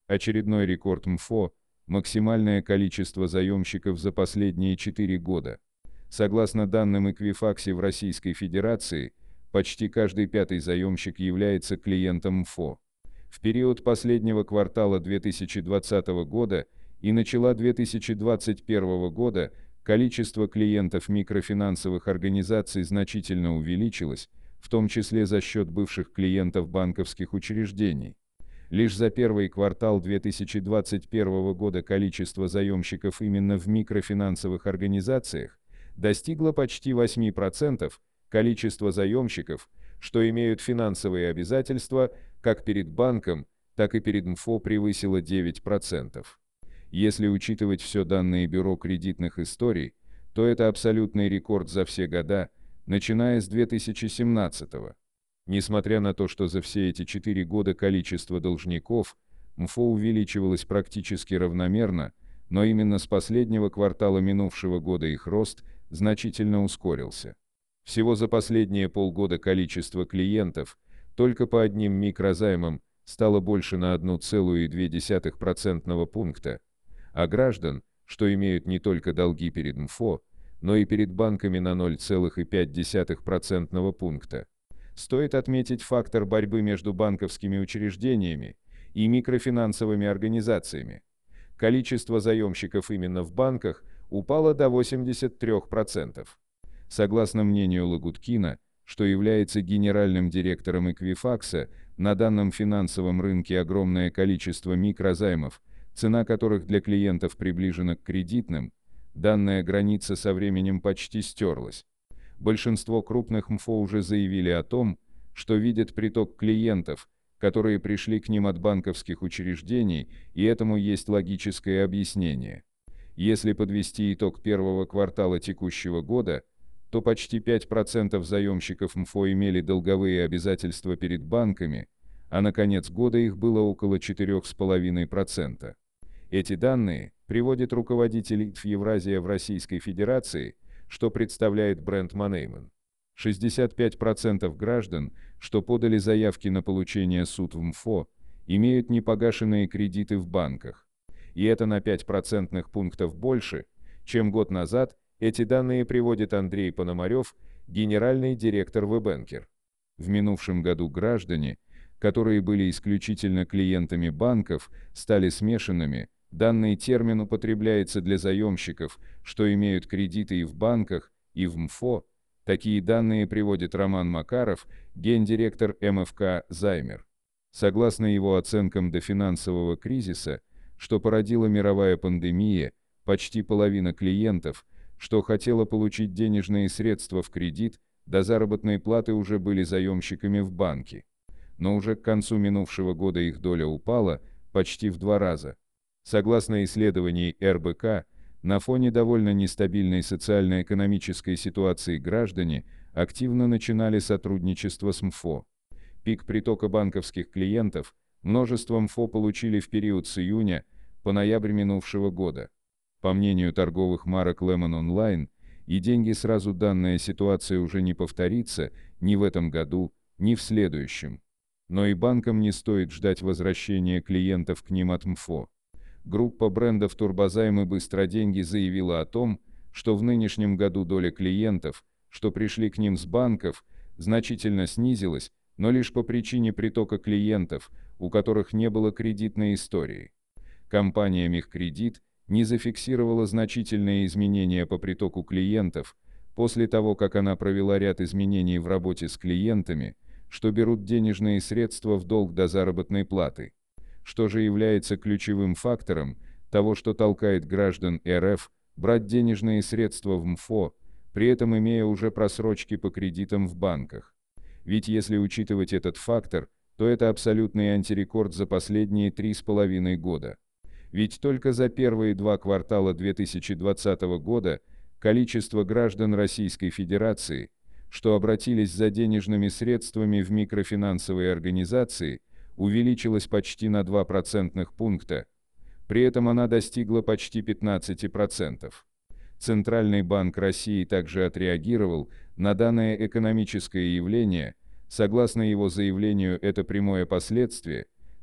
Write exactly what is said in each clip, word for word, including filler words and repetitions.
Очередной рекорд МФО – максимальное количество заемщиков за последние четыре года. Согласно данным Эквифаксе в Российской Федерации, почти каждый пятый заемщик является клиентом МФО. В период последнего квартала две тысячи двадцатого года и начала две тысячи двадцать первого года количество клиентов микрофинансовых организаций значительно увеличилось, в том числе за счет бывших клиентов банковских учреждений. Лишь за первый квартал две тысячи двадцать первого года количество заемщиков именно в микрофинансовых организациях достигло почти восьми процентов, количество заемщиков, что имеют финансовые обязательства как перед банком, так и перед МФО, превысило девять процентов. Если учитывать все данные Бюро кредитных историй, то это абсолютный рекорд за все года, начиная с две тысячи семнадцатого. Несмотря на то, что за все эти четыре года количество должников МФО увеличивалось практически равномерно, но именно с последнего квартала минувшего года их рост значительно ускорился. Всего за последние полгода количество клиентов только по одним микрозаймам стало больше на одна целая две десятых процентного пункта, а граждан, что имеют не только долги перед МФО, но и перед банками, на ноль целых пять десятых процентного пункта. Стоит отметить фактор борьбы между банковскими учреждениями и микрофинансовыми организациями. Количество заемщиков именно в банках упало до восьмидесяти трёх процентов. Согласно мнению Лагуткина, что является генеральным директором Эквифакса, на данном финансовом рынке огромное количество микрозаймов, цена которых для клиентов приближена к кредитным, данная граница со временем почти стерлась. Большинство крупных МФО уже заявили о том, что видят приток клиентов, которые пришли к ним от банковских учреждений, и этому есть логическое объяснение. Если подвести итог первого квартала текущего года, то почти пять процентов заемщиков МФО имели долговые обязательства перед банками, а на конец года их было около четырёх целых пяти десятых процента. Эти данные приводит руководитель ИТФ Евразия в Российской Федерации, что представляет бренд Moneyman. шестьдесят пять процентов граждан, что подали заявки на получение СУД в МФО, имеют непогашенные кредиты в банках. И это на пять процентных пунктов больше, чем год назад. Эти данные приводит Андрей Пономарев, генеральный директор WeBanker. В минувшем году граждане, которые были исключительно клиентами банков, стали смешанными. Данный термин употребляется для заемщиков, что имеют кредиты и в банках, и в МФО. Такие данные приводит Роман Макаров, гендиректор МФК «Займер». Согласно его оценкам до финансового кризиса, что породила мировая пандемия, почти половина клиентов, что хотела получить денежные средства в кредит, до заработной платы уже были заемщиками в банке. Но уже к концу минувшего года их доля упала почти в два раза. Согласно исследованию эр бэ ка, на фоне довольно нестабильной социально-экономической ситуации граждане активно начинали сотрудничество с МФО. Пик притока банковских клиентов множество МФО получили в период с июня по ноябрь минувшего года. По мнению торговых марок Lemon Online и деньги сразу, данная ситуация уже не повторится ни в этом году, ни в следующем. Но и банкам не стоит ждать возвращения клиентов к ним от МФО. Группа брендов «Турбозайм» и «Быстроденьги» заявила о том, что в нынешнем году доля клиентов, что пришли к ним с банков, значительно снизилась, но лишь по причине притока клиентов, у которых не было кредитной истории. Компания «Мехкредит» не зафиксировала значительные изменения по притоку клиентов после того, как она провела ряд изменений в работе с клиентами, что берут денежные средства в долг до заработной платы. Что же является ключевым фактором того, что толкает граждан эр эф брать денежные средства в МФО, при этом имея уже просрочки по кредитам в банках? Ведь если учитывать этот фактор, то это абсолютный антирекорд за последние три с половиной года. Ведь только за первые два квартала две тысячи двадцатого года количество граждан Российской Федерации, что обратились за денежными средствами в микрофинансовые организации, увеличилось почти на два процентных пункта. При этом она достигла почти пятнадцати процентов. Центральный банк России также отреагировал на данное экономическое явление. Согласно его заявлению, это прямое последствие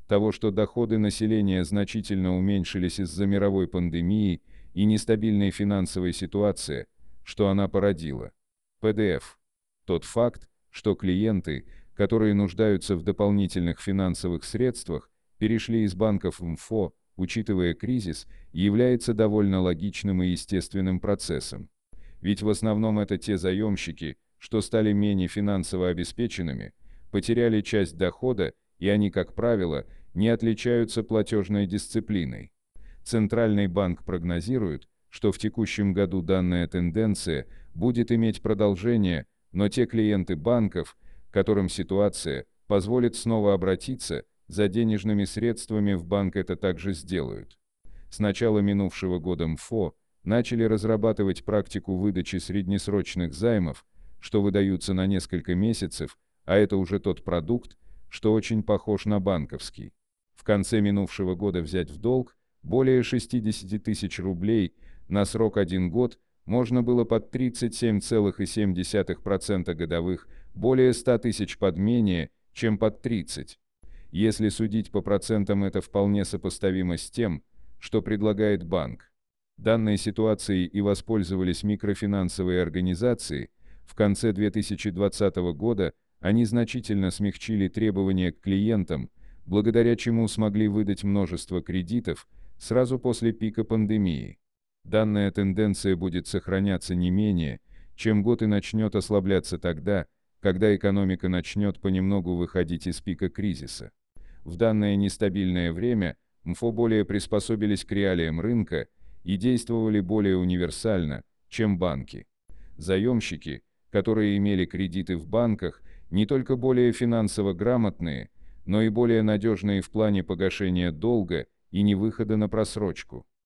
того, что доходы населения значительно уменьшились из-за мировой пандемии и нестабильной финансовой ситуации, что она породила. пэ дэ эф. Тот факт, что клиенты, которые нуждаются в дополнительных финансовых средствах, перешли из банков в МФО, учитывая кризис, является довольно логичным и естественным процессом. Ведь в основном это те заемщики, что стали менее финансово обеспеченными, потеряли часть дохода, и они, как правило, не отличаются платежной дисциплиной. Центральный банк прогнозирует, что в текущем году данная тенденция будет иметь продолжение, но те клиенты банков, которым ситуация позволит снова обратиться за денежными средствами в банк, это также сделают. С начала минувшего года МФО начали разрабатывать практику выдачи среднесрочных займов, что выдаются на несколько месяцев, а это уже тот продукт, что очень похож на банковский. В конце минувшего года взять в долг более шестидесяти тысяч рублей на срок один год можно было под тридцать семь целых семь десятых процента годовых, более ста тысяч под менее, чем под тридцать. Если судить по процентам, это вполне сопоставимо с тем, что предлагает банк. Данной ситуацией и воспользовались микрофинансовые организации. В конце две тысячи двадцатого года они значительно смягчили требования к клиентам, благодаря чему смогли выдать множество кредитов сразу после пика пандемии. Данная тенденция будет сохраняться не менее, чем год и начнет ослабляться тогда, когда экономика начнет понемногу выходить из пика кризиса. В данное нестабильное время МФО более приспособились к реалиям рынка и действовали более универсально, чем банки. Заемщики, которые имели кредиты в банках, не только более финансово грамотные, но и более надежные в плане погашения долга и невыхода на просрочку.